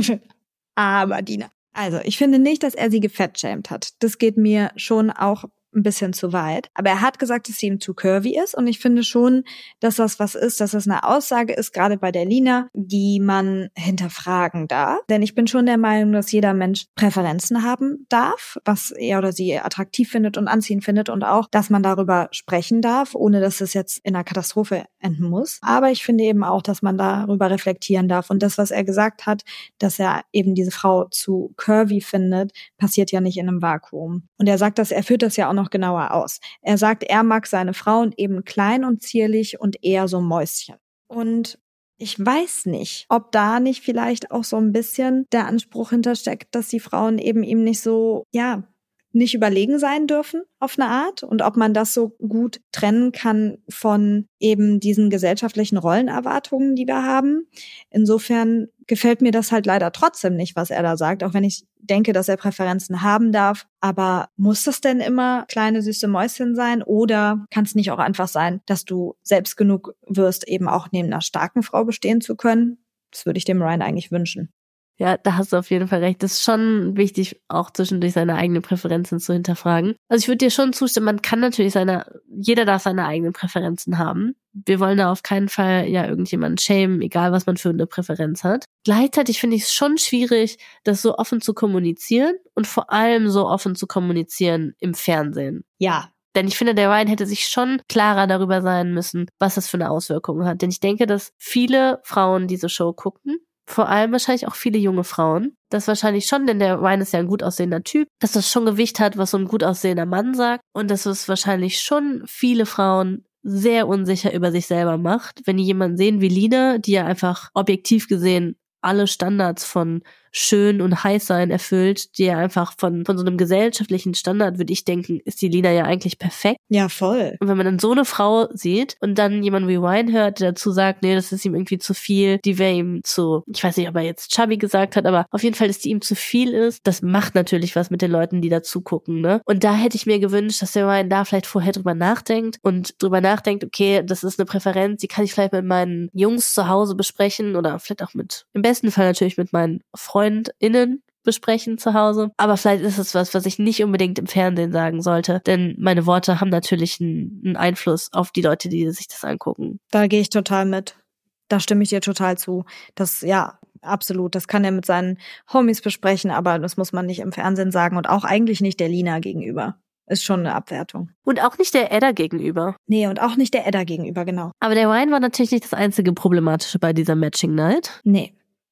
aber Dina. Also, ich finde nicht, dass er sie gefettschämt hat. Das geht mir schon auch ein bisschen zu weit. Aber er hat gesagt, dass sie ihm zu curvy ist. Und ich finde schon, dass das was ist, dass das eine Aussage ist, gerade bei der Lina, die man hinterfragen darf. Denn ich bin schon der Meinung, dass jeder Mensch Präferenzen haben darf, was er oder sie attraktiv findet und anziehend findet. Und auch, dass man darüber sprechen darf, ohne dass es jetzt in einer Katastrophe enden muss. Aber ich finde eben auch, dass man darüber reflektieren darf. Und das, was er gesagt hat, dass er eben diese Frau zu curvy findet, passiert ja nicht in einem Vakuum. Und er sagt, dass er führt das ja auch noch genauer aus. Er sagt, er mag seine Frauen eben klein und zierlich und eher so Mäuschen. Und ich weiß nicht, ob da nicht vielleicht auch so ein bisschen der Anspruch hintersteckt, dass die Frauen eben ihm nicht so, ja, nicht überlegen sein dürfen auf eine Art und ob man das so gut trennen kann von eben diesen gesellschaftlichen Rollenerwartungen, die wir haben. Insofern gefällt mir das halt leider trotzdem nicht, was er da sagt, auch wenn ich denke, dass er Präferenzen haben darf. Aber muss das denn immer kleine süße Mäuschen sein oder kann es nicht auch einfach sein, dass du selbst genug wirst, eben auch neben einer starken Frau bestehen zu können? Das würde ich dem Ryan eigentlich wünschen. Ja, da hast du auf jeden Fall recht. Das ist schon wichtig, auch zwischendurch seine eigenen Präferenzen zu hinterfragen. Also ich würde dir schon zustimmen, man kann natürlich seine, jeder darf seine eigenen Präferenzen haben. Wir wollen da auf keinen Fall ja irgendjemanden schämen, egal was man für eine Präferenz hat. Gleichzeitig finde ich es schon schwierig, das so offen zu kommunizieren und vor allem so offen zu kommunizieren im Fernsehen. Ja. Denn ich finde, der Ryan hätte sich schon klarer darüber sein müssen, was das für eine Auswirkung hat. Denn ich denke, dass viele Frauen diese Show gucken, vor allem wahrscheinlich auch viele junge Frauen. Das wahrscheinlich schon, denn der Ryan ist ja ein gut aussehender Typ, dass das schon Gewicht hat, was so ein gut aussehender Mann sagt. Und dass es wahrscheinlich schon viele Frauen sehr unsicher über sich selber macht, wenn die jemanden sehen wie Lina, die ja einfach objektiv gesehen alle Standards von schön und heiß sein erfüllt, die ja einfach von von so einem gesellschaftlichen Standard, würde ich denken, ist die Lina ja eigentlich perfekt. Ja, voll. Und wenn man dann so eine Frau sieht und dann jemand wie Ryan hört, der dazu sagt, nee, das ist ihm irgendwie zu viel, die wäre ihm zu, ich weiß nicht, ob er jetzt chubby gesagt hat, aber auf jeden Fall, dass die ihm zu viel ist, das macht natürlich was mit den Leuten, die dazu gucken, ne? Und da hätte ich mir gewünscht, dass der Ryan da vielleicht vorher drüber nachdenkt und drüber nachdenkt, okay, das ist eine Präferenz, die kann ich vielleicht mit meinen Jungs zu Hause besprechen oder vielleicht auch mit, im besten Fall natürlich mit meinen FreundInnen besprechen zu Hause. Aber vielleicht ist es was, was ich nicht unbedingt im Fernsehen sagen sollte, denn meine Worte haben natürlich einen, einen Einfluss auf die Leute, die sich das angucken. Da gehe ich total mit. Da stimme ich dir total zu. Das, ja, absolut. Das kann er mit seinen Homies besprechen, aber das muss man nicht im Fernsehen sagen und auch eigentlich nicht der Lina gegenüber. Ist schon eine Abwertung. Und auch nicht der Edda gegenüber. Nee, und auch nicht der Edda gegenüber, genau. Aber der Ryan war natürlich nicht das einzige Problematische bei dieser Matching Night. Nee.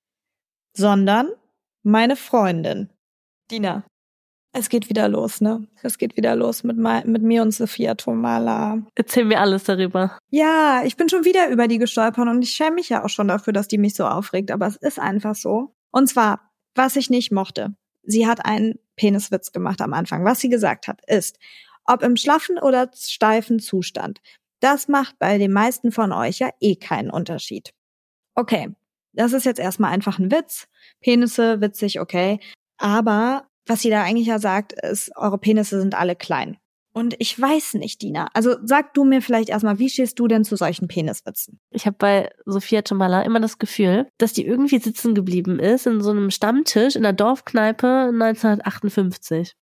Sondern meine Freundin, Dina. Es geht wieder los, ne? Es geht wieder los mit, mit mir und Sophia Tomalla. Erzähl mir alles darüber. Ja, ich bin schon wieder über die gestolpert und ich schäme mich ja auch schon dafür, dass die mich so aufregt, aber es ist einfach so. Und zwar, was ich nicht mochte. Sie hat einen Peniswitz gemacht am Anfang. Was sie gesagt hat, ist, ob im schlaffen oder steifen Zustand. Das macht bei den meisten von euch ja eh keinen Unterschied. Okay, das ist jetzt erstmal einfach ein Witz. Penisse, witzig, okay. Aber was sie da eigentlich ja sagt, ist, eure Penisse sind alle klein. Und ich weiß nicht, Dina. Also sag du mir vielleicht erstmal, wie stehst du denn zu solchen Peniswitzen? Ich habe bei Sophia Tomalla immer das Gefühl, dass die irgendwie sitzen geblieben ist in so einem Stammtisch in der Dorfkneipe neunzehnhundertachtundfünfzig.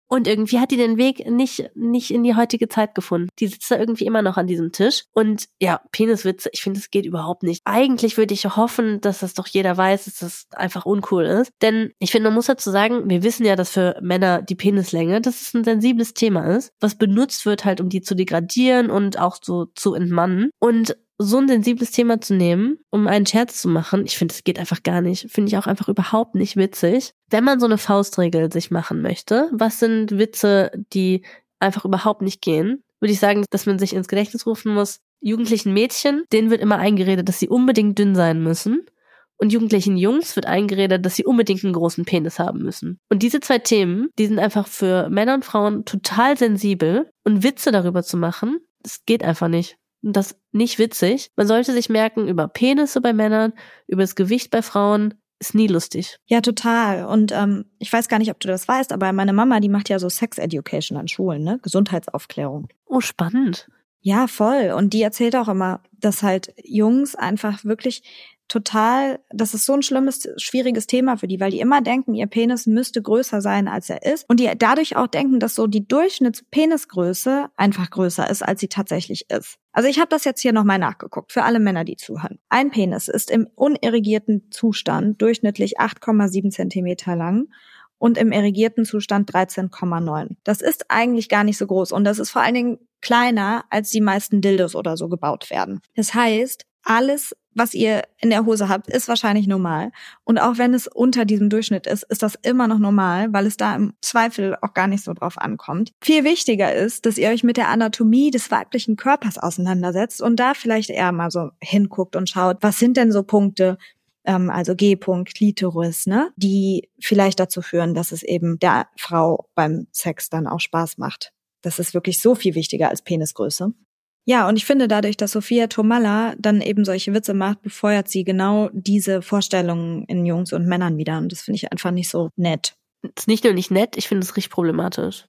Und irgendwie hat die den Weg nicht nicht in die heutige Zeit gefunden. Die sitzt da irgendwie immer noch an diesem Tisch. Und ja, Peniswitze, ich finde, das geht überhaupt nicht. Eigentlich würde ich hoffen, dass das doch jeder weiß, dass das einfach uncool ist. Denn ich finde, man muss dazu sagen, wir wissen ja, dass für Männer die Penislänge, dass es ein sensibles Thema ist, was benutzt wird halt, um die zu degradieren und auch so zu entmannen. Und so ein sensibles Thema zu nehmen, um einen Scherz zu machen, ich finde, das geht einfach gar nicht. Finde ich auch einfach überhaupt nicht witzig. Wenn man so eine Faustregel sich machen möchte, was sind Witze, die einfach überhaupt nicht gehen, würde ich sagen, dass man sich ins Gedächtnis rufen muss, jugendlichen Mädchen, denen wird immer eingeredet, dass sie unbedingt dünn sein müssen. Und jugendlichen Jungs wird eingeredet, dass sie unbedingt einen großen Penis haben müssen. Und diese zwei Themen, die sind einfach für Männer und Frauen total sensibel. Und Witze darüber zu machen, das geht einfach nicht. Und das nicht witzig. Man sollte sich merken, über Penisse bei Männern, über das Gewicht bei Frauen, ist nie lustig. Ja, total. Und ähm, ich weiß gar nicht, ob du das weißt, aber meine Mama, die macht ja so Sex Education an Schulen, ne? Gesundheitsaufklärung. Oh, spannend. Ja, voll. Und die erzählt auch immer, dass halt Jungs einfach wirklich total, das ist so ein schlimmes, schwieriges Thema für die, weil die immer denken, ihr Penis müsste größer sein, als er ist. Und die dadurch auch denken, dass so die Durchschnittspenisgröße einfach größer ist, als sie tatsächlich ist. Also ich habe das jetzt hier nochmal nachgeguckt, für alle Männer, die zuhören. Ein Penis ist im unirrigierten Zustand durchschnittlich acht Komma sieben Zentimeter lang und im irrigierten Zustand dreizehn Komma neun. Das ist eigentlich gar nicht so groß und das ist vor allen Dingen kleiner, als die meisten Dildos oder so gebaut werden. Das heißt, alles, was ihr in der Hose habt, ist wahrscheinlich normal. Und auch wenn es unter diesem Durchschnitt ist, ist das immer noch normal, weil es da im Zweifel auch gar nicht so drauf ankommt. Viel wichtiger ist, dass ihr euch mit der Anatomie des weiblichen Körpers auseinandersetzt und da vielleicht eher mal so hinguckt und schaut, was sind denn so Punkte, ähm, also G-Punkt, Klitoris, ne, die vielleicht dazu führen, dass es eben der Frau beim Sex dann auch Spaß macht. Das ist wirklich so viel wichtiger als Penisgröße. Ja, und ich finde dadurch, dass Sophia Tomalla dann eben solche Witze macht, befeuert sie genau diese Vorstellungen in Jungs und Männern wieder. Und das finde ich einfach nicht so nett. Das ist nicht nur nicht nett, ich finde es richtig problematisch.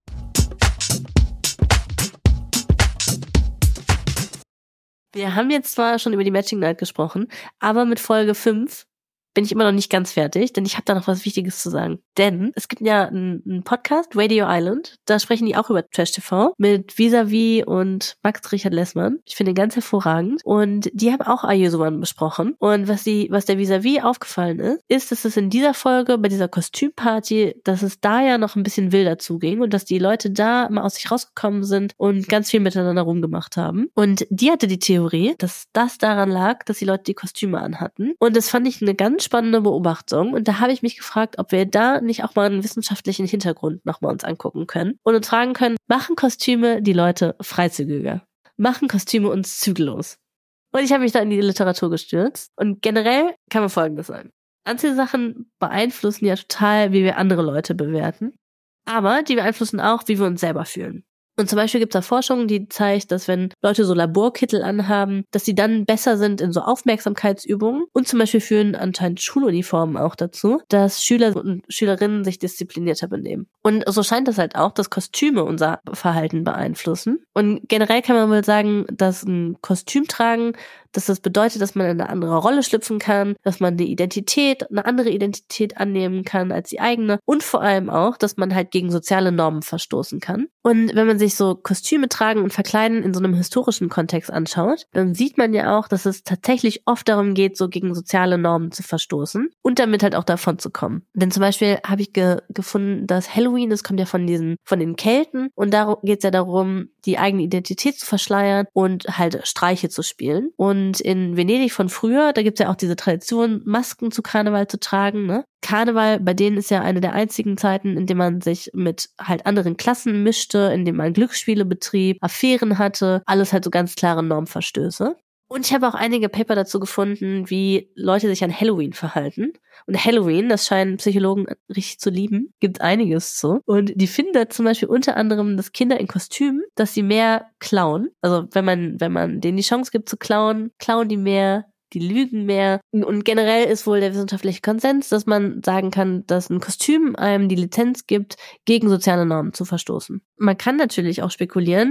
Wir haben jetzt zwar schon über die Matching Night gesprochen, aber mit Folge fünf bin ich immer noch nicht ganz fertig, denn ich habe da noch was Wichtiges zu sagen. Denn es gibt ja einen, einen Podcast, Radio Island, da sprechen die auch über Trash-T V mit Visavi und Max Richard Lessmann. Ich finde ihn ganz hervorragend. Und die haben auch Ayusoman besprochen. Und was die, was der Visavi aufgefallen ist, ist, dass es in dieser Folge, bei dieser Kostümparty, dass es da ja noch ein bisschen wilder zuging und dass die Leute da mal aus sich rausgekommen sind und ganz viel miteinander rumgemacht haben. Und die hatte die Theorie, dass das daran lag, dass die Leute die Kostüme anhatten. Und das fand ich eine ganz spannende Beobachtung und da habe ich mich gefragt, ob wir da nicht auch mal einen wissenschaftlichen Hintergrund nochmal uns angucken können und uns fragen können, machen Kostüme die Leute freizügiger? Machen Kostüme uns zügellos? Und ich habe mich da in die Literatur gestürzt und generell kann man Folgendes sagen. Anziehsachen beeinflussen ja total, wie wir andere Leute bewerten, aber die beeinflussen auch, wie wir uns selber fühlen. Und zum Beispiel gibt es da Forschung, die zeigt, dass wenn Leute so Laborkittel anhaben, dass sie dann besser sind in so Aufmerksamkeitsübungen. Und zum Beispiel führen anscheinend Schuluniformen auch dazu, dass Schüler und Schülerinnen sich disziplinierter benehmen. Und so scheint es halt auch, dass Kostüme unser Verhalten beeinflussen. Und generell kann man wohl sagen, dass ein Kostüm tragen, dass das bedeutet, dass man in eine andere Rolle schlüpfen kann, dass man eine Identität, eine andere Identität annehmen kann als die eigene und vor allem auch, dass man halt gegen soziale Normen verstoßen kann. Und wenn man sich so Kostüme tragen und verkleiden in so einem historischen Kontext anschaut, dann sieht man ja auch, dass es tatsächlich oft darum geht, so gegen soziale Normen zu verstoßen und damit halt auch davon zu kommen. Denn zum Beispiel habe ich ge- gefunden, dass Halloween, das kommt ja von diesen, von den Kelten und da geht es ja darum, die eigene Identität zu verschleiern und halt Streiche zu spielen. Und in Venedig von früher, da gibt's ja auch diese Tradition, Masken zu Karneval zu tragen, ne? Karneval, bei denen ist ja eine der einzigen Zeiten, in denen man sich mit halt anderen Klassen mischte, in denen man Glücksspiele betrieb, Affären hatte, alles halt so ganz klare Normverstöße. Und ich habe auch einige Paper dazu gefunden, wie Leute sich an Halloween verhalten. Und Halloween, das scheinen Psychologen richtig zu lieben, gibt einiges zu. Und die finden da zum Beispiel unter anderem, dass Kinder in Kostümen, dass sie mehr klauen. Also wenn man, wenn man denen die Chance gibt zu klauen, klauen die mehr, die lügen mehr. Und generell ist wohl der wissenschaftliche Konsens, dass man sagen kann, dass ein Kostüm einem die Lizenz gibt, gegen soziale Normen zu verstoßen. Man kann natürlich auch spekulieren,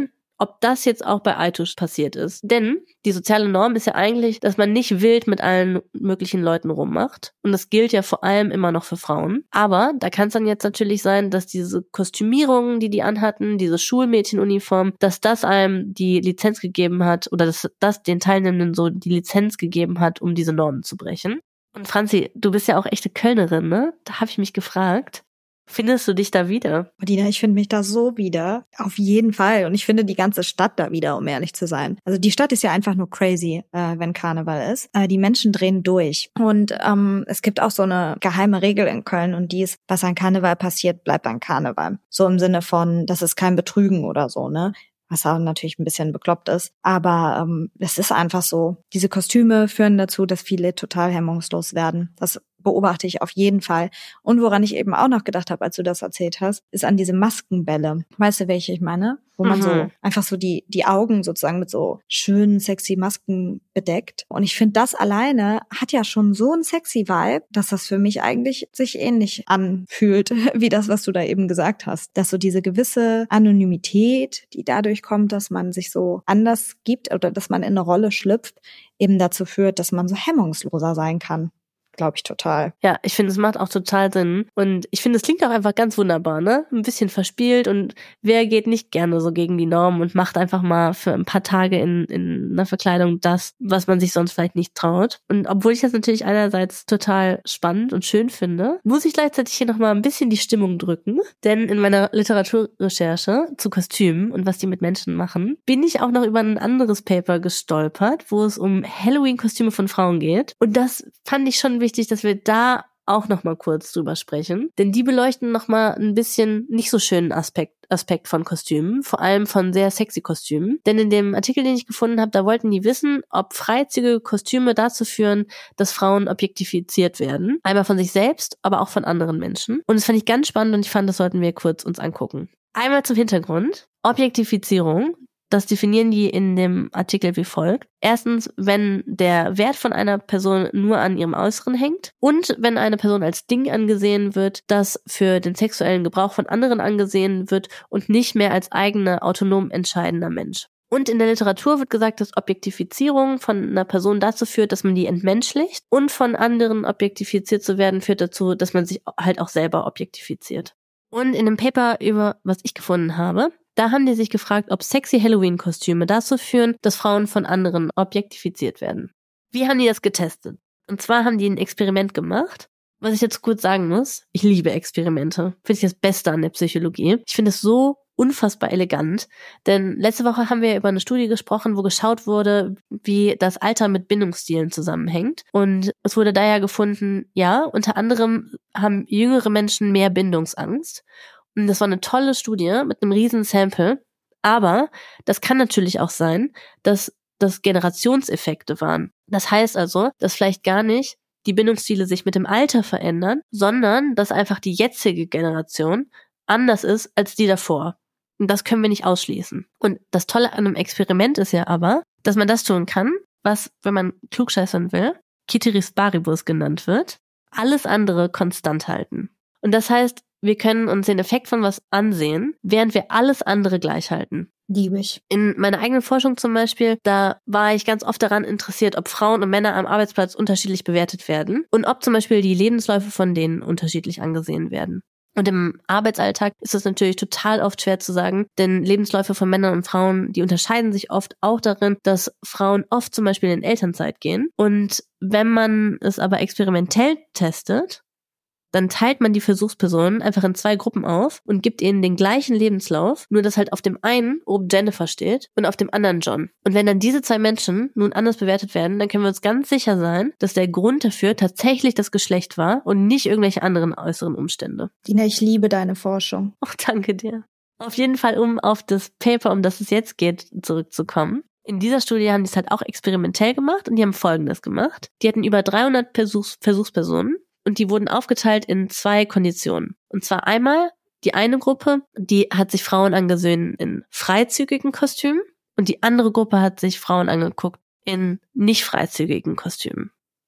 ob das jetzt auch bei Aitush passiert ist. Denn die soziale Norm ist ja eigentlich, dass man nicht wild mit allen möglichen Leuten rummacht. Und das gilt ja vor allem immer noch für Frauen. Aber da kann es dann jetzt natürlich sein, dass diese Kostümierungen, die die anhatten, diese Schulmädchenuniform, dass das einem die Lizenz gegeben hat oder dass das den Teilnehmenden so die Lizenz gegeben hat, um diese Normen zu brechen. Und Franzi, du bist ja auch echte Kölnerin, ne? Da habe ich mich gefragt, findest du dich da wieder? Martina, ich finde mich da so wieder. Auf jeden Fall. Und ich finde die ganze Stadt da wieder, um ehrlich zu sein. Also die Stadt ist ja einfach nur crazy, äh, wenn Karneval ist. Äh, die Menschen drehen durch. Und ähm, es gibt auch so eine geheime Regel in Köln und die ist, was an Karneval passiert, bleibt an Karneval. So im Sinne von, das ist kein Betrügen oder so, ne? Was auch natürlich ein bisschen bekloppt ist. Aber ähm, es ist einfach so. Diese Kostüme führen dazu, dass viele total hemmungslos werden. Das beobachte ich auf jeden Fall. Und woran ich eben auch noch gedacht habe, als du das erzählt hast, ist an diese Maskenbälle. Weißt du, welche ich meine? Wo man mhm. so einfach so die die Augen sozusagen mit so schönen, sexy Masken bedeckt. Und ich finde, das alleine hat ja schon so einen sexy Vibe, dass das für mich eigentlich sich ähnlich anfühlt, wie das, was du da eben gesagt hast. Dass so diese gewisse Anonymität, die dadurch kommt, dass man sich so anders gibt oder dass man in eine Rolle schlüpft, eben dazu führt, dass man so hemmungsloser sein kann. Glaube ich total. Ja, ich finde, es macht auch total Sinn. Und ich finde, es klingt auch einfach ganz wunderbar, ne? Ein bisschen verspielt und wer geht nicht gerne so gegen die Norm und macht einfach mal für ein paar Tage in, in einer Verkleidung das, was man sich sonst vielleicht nicht traut. Und obwohl ich das natürlich einerseits total spannend und schön finde, muss ich gleichzeitig hier nochmal ein bisschen die Stimmung drücken. Denn in meiner Literaturrecherche zu Kostümen und was die mit Menschen machen, bin ich auch noch über ein anderes Paper gestolpert, wo es um Halloween-Kostüme von Frauen geht. Und das fand ich schon wichtig, dass wir da auch noch mal kurz drüber sprechen, denn die beleuchten noch mal ein bisschen nicht so schönen Aspekt Aspekt von Kostümen, vor allem von sehr sexy Kostümen, denn in dem Artikel, den ich gefunden habe, da wollten die wissen, ob freizügige Kostüme dazu führen, dass Frauen objektifiziert werden, einmal von sich selbst, aber auch von anderen Menschen. Und das fand ich ganz spannend und ich fand, das sollten wir kurz uns angucken. Einmal zum Hintergrund: Objektifizierung. Das definieren die in dem Artikel wie folgt. Erstens, wenn der Wert von einer Person nur an ihrem Äußeren hängt und wenn eine Person als Ding angesehen wird, das für den sexuellen Gebrauch von anderen angesehen wird und nicht mehr als eigener, autonom entscheidender Mensch. Und in der Literatur wird gesagt, dass Objektifizierung von einer Person dazu führt, dass man die entmenschlicht und von anderen objektifiziert zu werden führt dazu, dass man sich halt auch selber objektifiziert. Und in dem Paper, über was ich gefunden habe, da haben die sich gefragt, ob sexy Halloween-Kostüme dazu führen, dass Frauen von anderen objektifiziert werden. Wie haben die das getestet? Und zwar haben die ein Experiment gemacht. Was ich jetzt kurz sagen muss, ich liebe Experimente. Finde ich das Beste an der Psychologie. Ich finde es so unfassbar elegant, denn letzte Woche haben wir über eine Studie gesprochen, wo geschaut wurde, wie das Alter mit Bindungsstilen zusammenhängt. Und es wurde daher gefunden, ja, unter anderem haben jüngere Menschen mehr Bindungsangst. Und das war eine tolle Studie mit einem riesen Sample. Aber das kann natürlich auch sein, dass das Generationseffekte waren. Das heißt also, dass vielleicht gar nicht die Bindungsstile sich mit dem Alter verändern, sondern dass einfach die jetzige Generation anders ist als die davor. Und das können wir nicht ausschließen. Und das Tolle an einem Experiment ist ja aber, dass man das tun kann, was, wenn man klugscheißern will, Ceteris paribus genannt wird, alles andere konstant halten. Und das heißt, wir können uns den Effekt von was ansehen, während wir alles andere gleich halten. Liebe ich. In meiner eigenen Forschung zum Beispiel, da war ich ganz oft daran interessiert, ob Frauen und Männer am Arbeitsplatz unterschiedlich bewertet werden und ob zum Beispiel die Lebensläufe von denen unterschiedlich angesehen werden. Und im Arbeitsalltag ist es natürlich total oft schwer zu sagen, denn Lebensläufe von Männern und Frauen, die unterscheiden sich oft auch darin, dass Frauen oft zum Beispiel in Elternzeit gehen. Und wenn man es aber experimentell testet, dann teilt man die Versuchspersonen einfach in zwei Gruppen auf und gibt ihnen den gleichen Lebenslauf, nur dass halt auf dem einen oben Jennifer steht und auf dem anderen John. Und wenn dann diese zwei Menschen nun anders bewertet werden, dann können wir uns ganz sicher sein, dass der Grund dafür tatsächlich das Geschlecht war und nicht irgendwelche anderen äußeren Umstände. Dina, ich liebe deine Forschung. Oh, danke dir. Auf jeden Fall, um auf das Paper, um das es jetzt geht, zurückzukommen. In dieser Studie haben die es halt auch experimentell gemacht und die haben Folgendes gemacht. Die hatten über dreihundert Versuchs- Versuchspersonen. Und die wurden aufgeteilt in zwei Konditionen. Und zwar einmal die eine Gruppe, die hat sich Frauen angesehen in freizügigen Kostümen und die andere Gruppe hat sich Frauen angeguckt in nicht freizügigen Kostümen.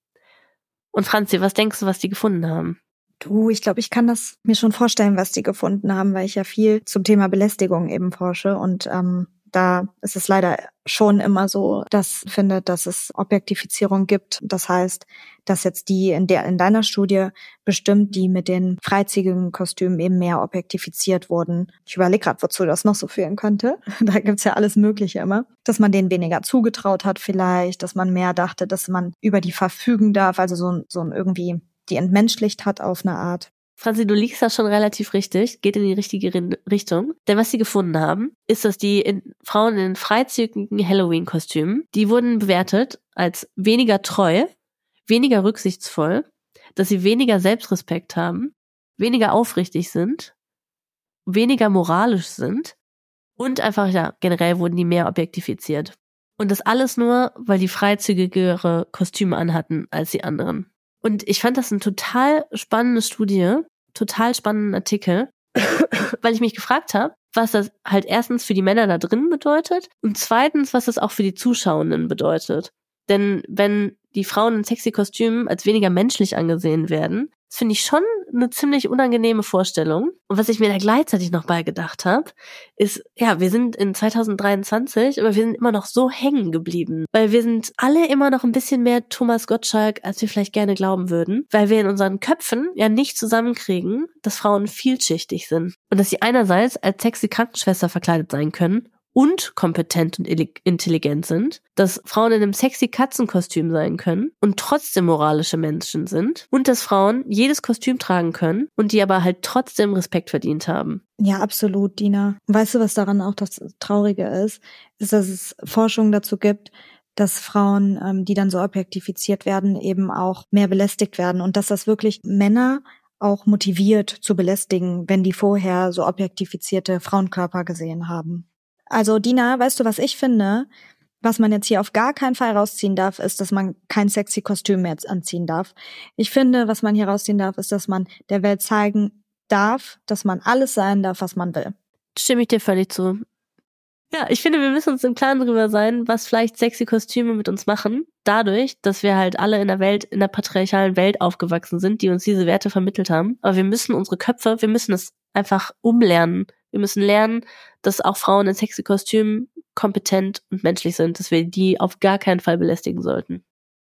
Und Franzi, was denkst du, was die gefunden haben? Du, ich glaube, ich kann das mir schon vorstellen, was die gefunden haben, weil ich ja viel zum Thema Belästigung eben forsche und ähm, da ist es leider schon immer so, dass findet, dass es Objektifizierung gibt. Das heißt, dass jetzt die in der in deiner Studie bestimmt, die mit den freizügigen Kostümen eben mehr objektifiziert wurden. Ich überlege gerade, wozu das noch so führen könnte. Da gibt's ja alles Mögliche immer. Dass man denen weniger zugetraut hat vielleicht, dass man mehr dachte, dass man über die verfügen darf, also so, so ein irgendwie die entmenschlicht hat auf eine Art. Franzi, du liegst da schon relativ richtig, geht in die richtige Richtung. Denn was sie gefunden haben, ist, dass die in, Frauen in freizügigen Halloween-Kostümen, die wurden bewertet als weniger treu, weniger rücksichtsvoll, dass sie weniger Selbstrespekt haben, weniger aufrichtig sind, weniger moralisch sind und einfach, ja, generell wurden die mehr objektifiziert. Und das alles nur, weil die freizügigere Kostüme anhatten als die anderen. Und ich fand das eine total spannende Studie, total spannenden Artikel, weil ich mich gefragt habe, was das halt erstens für die Männer da drin bedeutet und zweitens, was das auch für die Zuschauenden bedeutet. Denn wenn die Frauen in sexy Kostümen als weniger menschlich angesehen werden, das finde ich schon eine ziemlich unangenehme Vorstellung. Und was ich mir da gleichzeitig noch beigedacht habe, ist, ja, wir sind in zwanzig dreiundzwanzig, aber wir sind immer noch so hängen geblieben. Weil wir sind alle immer noch ein bisschen mehr Thomas Gottschalk, als wir vielleicht gerne glauben würden. Weil wir in unseren Köpfen ja nicht zusammenkriegen, dass Frauen vielschichtig sind. Und dass sie einerseits als sexy Krankenschwester verkleidet sein können und kompetent und intelligent sind, dass Frauen in einem sexy Katzenkostüm sein können und trotzdem moralische Menschen sind und dass Frauen jedes Kostüm tragen können und die aber halt trotzdem Respekt verdient haben. Ja, absolut, Dina. Weißt du, was daran auch das Traurige ist? Ist, dass es Forschung dazu gibt, dass Frauen, ähm, die dann so objektifiziert werden, eben auch mehr belästigt werden und dass das wirklich Männer auch motiviert zu belästigen, wenn die vorher so objektifizierte Frauenkörper gesehen haben. Also Dina, weißt du, was ich finde? Was man jetzt hier auf gar keinen Fall rausziehen darf, ist, dass man kein sexy Kostüm mehr anziehen darf. Ich finde, was man hier rausziehen darf, ist, dass man der Welt zeigen darf, dass man alles sein darf, was man will. Stimme ich dir völlig zu. Ja, ich finde, wir müssen uns im Klaren darüber sein, was vielleicht sexy Kostüme mit uns machen. Dadurch, dass wir halt alle in der Welt, in der patriarchalen Welt aufgewachsen sind, die uns diese Werte vermittelt haben. Aber wir müssen unsere Köpfe, wir müssen es einfach umlernen. Wir müssen lernen, dass auch Frauen in sexy Kostümen kompetent und menschlich sind, dass wir die auf gar keinen Fall belästigen sollten.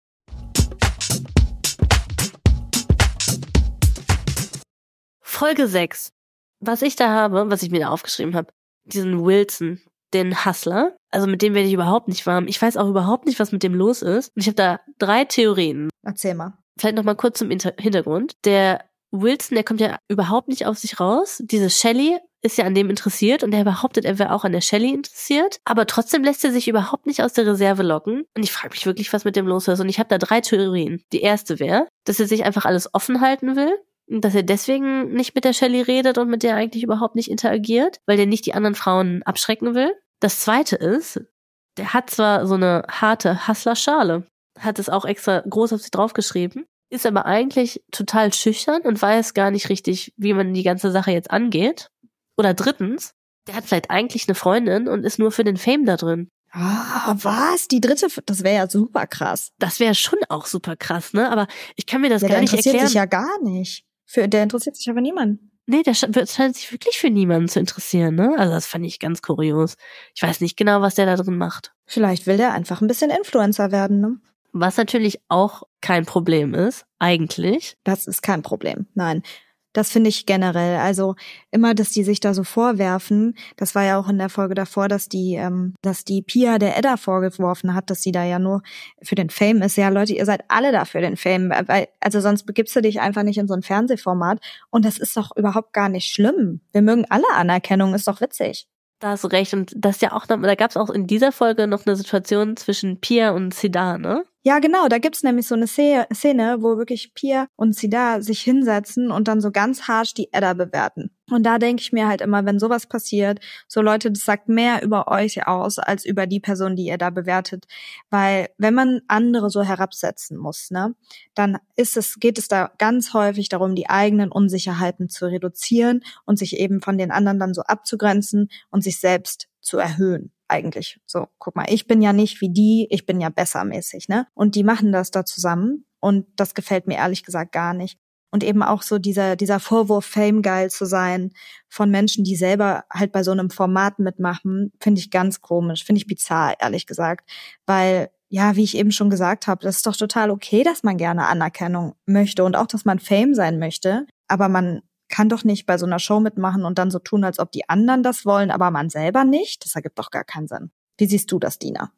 Folge sechs. Was ich da habe, was ich mir da aufgeschrieben habe, diesen Wilson, den Hustler, also mit dem werde ich überhaupt nicht warm. Ich weiß auch überhaupt nicht, was mit dem los ist. Und ich habe da drei Theorien. Erzähl mal. Vielleicht noch mal kurz zum Inter- Hintergrund. Der Wilson, der kommt ja überhaupt nicht auf sich raus. Diese Shelley ist ja an dem interessiert und er behauptet, er wäre auch an der Shelley interessiert. Aber trotzdem lässt er sich überhaupt nicht aus der Reserve locken. Und ich frage mich wirklich, was mit dem los ist. Und ich habe da drei Theorien. Die erste wäre, dass er sich einfach alles offen halten will. Und dass er deswegen nicht mit der Shelley redet und mit der eigentlich überhaupt nicht interagiert, weil der nicht die anderen Frauen abschrecken will. Das zweite ist, der hat zwar so eine harte Hustler-Schale, hat es auch extra groß auf sich draufgeschrieben, ist aber eigentlich total schüchtern und weiß gar nicht richtig, wie man die ganze Sache jetzt angeht. Oder drittens, der hat vielleicht eigentlich eine Freundin und ist nur für den Fame da drin. Ah, was? Die dritte, das wäre ja super krass. Das wäre schon auch super krass, ne? Aber ich kann mir das ja, gar nicht erklären. Der interessiert sich ja gar nicht. Für, der interessiert sich aber niemanden. Nee, der scheint sich wirklich für niemanden zu interessieren, ne? Also das fand ich ganz kurios. Ich weiß nicht genau, was der da drin macht. Vielleicht will der einfach ein bisschen Influencer werden, ne? Was natürlich auch kein Problem ist, eigentlich. Das ist kein Problem, nein. Das finde ich generell. Also immer, dass die sich da so vorwerfen, das war ja auch in der Folge davor, dass die ähm, dass die Pia der Edda vorgeworfen hat, dass sie da ja nur für den Fame ist. Ja, Leute, ihr seid alle da für den Fame. Weil, also sonst begibst du dich einfach nicht in so ein Fernsehformat. Und das ist doch überhaupt gar nicht schlimm. Wir mögen alle Anerkennung, ist doch witzig. Da hast du recht. Und das ist ja auch noch, da gab es auch in dieser Folge noch eine Situation zwischen Pia und Sidar, ne? Ja, genau, da gibt's nämlich so eine Szene, wo wirklich Pia und Sidar sich hinsetzen und dann so ganz harsch die Edda bewerten. Und da denke ich mir halt immer, wenn sowas passiert, so Leute, das sagt mehr über euch aus, als über die Person, die ihr da bewertet. Weil wenn man andere so herabsetzen muss, ne, dann ist es, geht es da ganz häufig darum, die eigenen Unsicherheiten zu reduzieren und sich eben von den anderen dann so abzugrenzen und sich selbst zu erhöhen. Eigentlich. So, guck mal, ich bin ja nicht wie die, ich bin ja besser mäßig, ne? Und die machen das da zusammen und das gefällt mir ehrlich gesagt gar nicht. Und eben auch so dieser, dieser Vorwurf, Fame-geil zu sein von Menschen, die selber halt bei so einem Format mitmachen, finde ich ganz komisch, finde ich bizarr, ehrlich gesagt. Weil, ja, wie ich eben schon gesagt habe, das ist doch total okay, dass man gerne Anerkennung möchte und auch, dass man Fame sein möchte. Aber man kann doch nicht bei so einer Show mitmachen und dann so tun, als ob die anderen das wollen, aber man selber nicht. Das ergibt doch gar keinen Sinn. Wie siehst du das, Dina?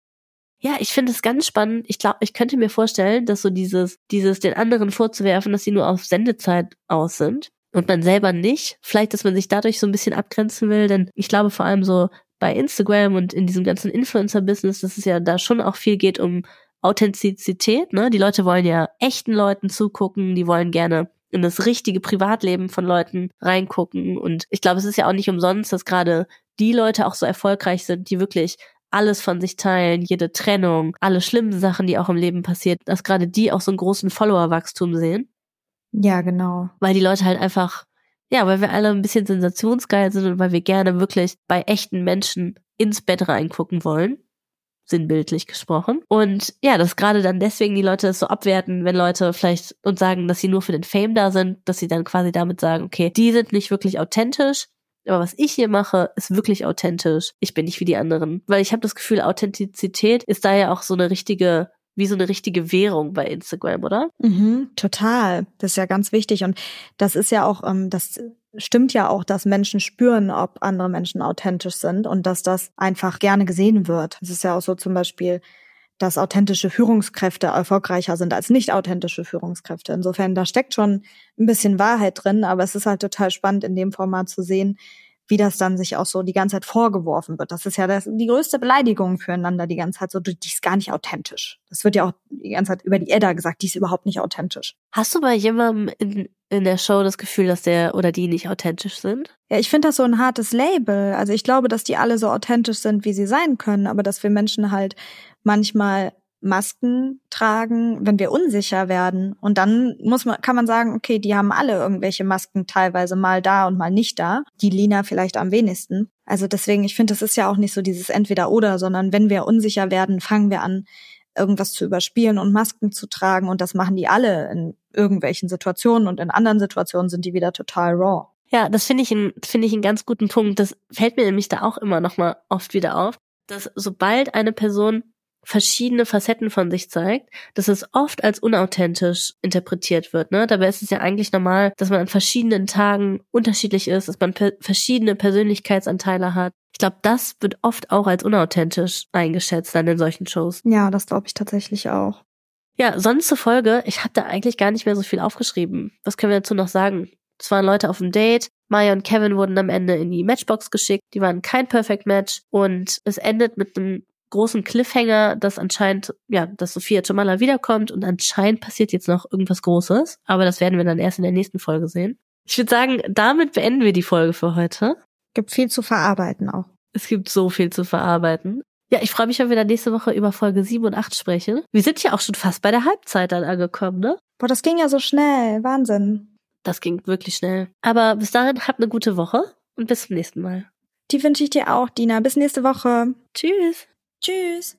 Ja, ich finde es ganz spannend. Ich glaube, ich könnte mir vorstellen, dass so dieses, dieses den anderen vorzuwerfen, dass sie nur auf Sendezeit aus sind und man selber nicht. Vielleicht, dass man sich dadurch so ein bisschen abgrenzen will, denn ich glaube vor allem so bei Instagram und in diesem ganzen Influencer-Business, dass es ja da schon auch viel geht um Authentizität, ne? Die Leute wollen ja echten Leuten zugucken, die wollen gerne in das richtige Privatleben von Leuten reingucken und ich glaube, es ist ja auch nicht umsonst, dass gerade die Leute auch so erfolgreich sind, die wirklich alles von sich teilen, jede Trennung, alle schlimmen Sachen, die auch im Leben passiert, dass gerade die auch so einen großen Follower-Wachstum sehen. Ja, genau. Weil die Leute halt einfach, ja, weil wir alle ein bisschen sensationsgeil sind und weil wir gerne wirklich bei echten Menschen ins Bett reingucken wollen, sinnbildlich gesprochen. Und ja, dass gerade dann deswegen die Leute es so abwerten, wenn Leute vielleicht uns sagen, dass sie nur für den Fame da sind, dass sie dann quasi damit sagen, okay, die sind nicht wirklich authentisch, aber was ich hier mache, ist wirklich authentisch. Ich bin nicht wie die anderen. Weil ich habe das Gefühl, Authentizität ist da ja auch so eine richtige, wie so eine richtige Währung bei Instagram, oder? Mhm, total. Das ist ja ganz wichtig. Und das ist ja auch, ähm, das stimmt ja auch, dass Menschen spüren, ob andere Menschen authentisch sind und dass das einfach gerne gesehen wird. Es ist ja auch so zum Beispiel, dass authentische Führungskräfte erfolgreicher sind als nicht authentische Führungskräfte. Insofern, da steckt schon ein bisschen Wahrheit drin, aber es ist halt total spannend, in dem Format zu sehen, wie das dann sich auch so die ganze Zeit vorgeworfen wird. Das ist ja das, die größte Beleidigung füreinander die ganze Zeit, so, die ist gar nicht authentisch. Das wird ja auch die ganze Zeit über die Edda gesagt, die ist überhaupt nicht authentisch. Hast du bei jemandem in, in der Show das Gefühl, dass der oder die nicht authentisch sind? Ja, ich finde das so ein hartes Label. Also ich glaube, dass die alle so authentisch sind, wie sie sein können, aber dass wir Menschen halt manchmal Masken tragen, wenn wir unsicher werden. Und dann muss man, kann man sagen, okay, die haben alle irgendwelche Masken teilweise mal da und mal nicht da. Die Lina vielleicht am wenigsten. Also deswegen, ich finde, das ist ja auch nicht so dieses Entweder-Oder, sondern wenn wir unsicher werden, fangen wir an, irgendwas zu überspielen und Masken zu tragen. Und das machen die alle in irgendwelchen Situationen. Und in anderen Situationen sind die wieder total raw. Ja, das finde ich, ein, finde ich einen ganz guten Punkt. Das fällt mir nämlich da auch immer noch mal oft wieder auf, dass sobald eine Person verschiedene Facetten von sich zeigt, dass es oft als unauthentisch interpretiert wird, ne? Dabei ist es ja eigentlich normal, dass man an verschiedenen Tagen unterschiedlich ist, dass man per- verschiedene Persönlichkeitsanteile hat. Ich glaube, das wird oft auch als unauthentisch eingeschätzt dann in solchen Shows. Ja, das glaube ich tatsächlich auch. Ja, sonst zur Folge, ich habe da eigentlich gar nicht mehr so viel aufgeschrieben. Was können wir dazu noch sagen? Es waren Leute auf dem Date, Maya und Kevin wurden am Ende in die Matchbox geschickt, die waren kein Perfect Match und es endet mit einem großen Cliffhanger, dass anscheinend, ja, dass Sophia Tomala wiederkommt und anscheinend passiert jetzt noch irgendwas Großes, aber das werden wir dann erst in der nächsten Folge sehen. Ich würde sagen, damit beenden wir die Folge für heute. Gibt viel zu verarbeiten auch. Es gibt so viel zu verarbeiten. Ja, ich freue mich, wenn wir dann nächste Woche über Folge sieben und acht sprechen. Wir sind ja auch schon fast bei der Halbzeit dann angekommen, ne? Boah, das ging ja so schnell. Wahnsinn. Das ging wirklich schnell. Aber bis dahin, habt eine gute Woche und bis zum nächsten Mal. Die wünsche ich dir auch, Dina. Bis nächste Woche. Tschüss. Tschüss.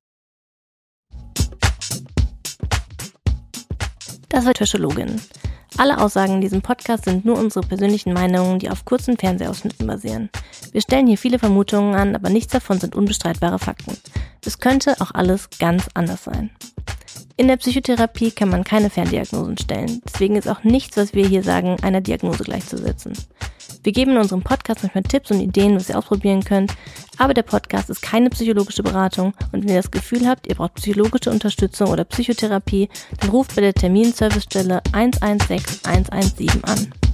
Das war Trashologin. Alle Aussagen in diesem Podcast sind nur unsere persönlichen Meinungen, die auf kurzen Fernsehausschnitten basieren. Wir stellen hier viele Vermutungen an, aber nichts davon sind unbestreitbare Fakten. Es könnte auch alles ganz anders sein. In der Psychotherapie kann man keine Ferndiagnosen stellen. Deswegen ist auch nichts, was wir hier sagen, einer Diagnose gleichzusetzen. Wir geben in unserem Podcast manchmal Tipps und Ideen, was ihr ausprobieren könnt, aber der Podcast ist keine psychologische Beratung und wenn ihr das Gefühl habt, ihr braucht psychologische Unterstützung oder Psychotherapie, dann ruft bei der Terminservicestelle eins eins sechs eins eins sieben an.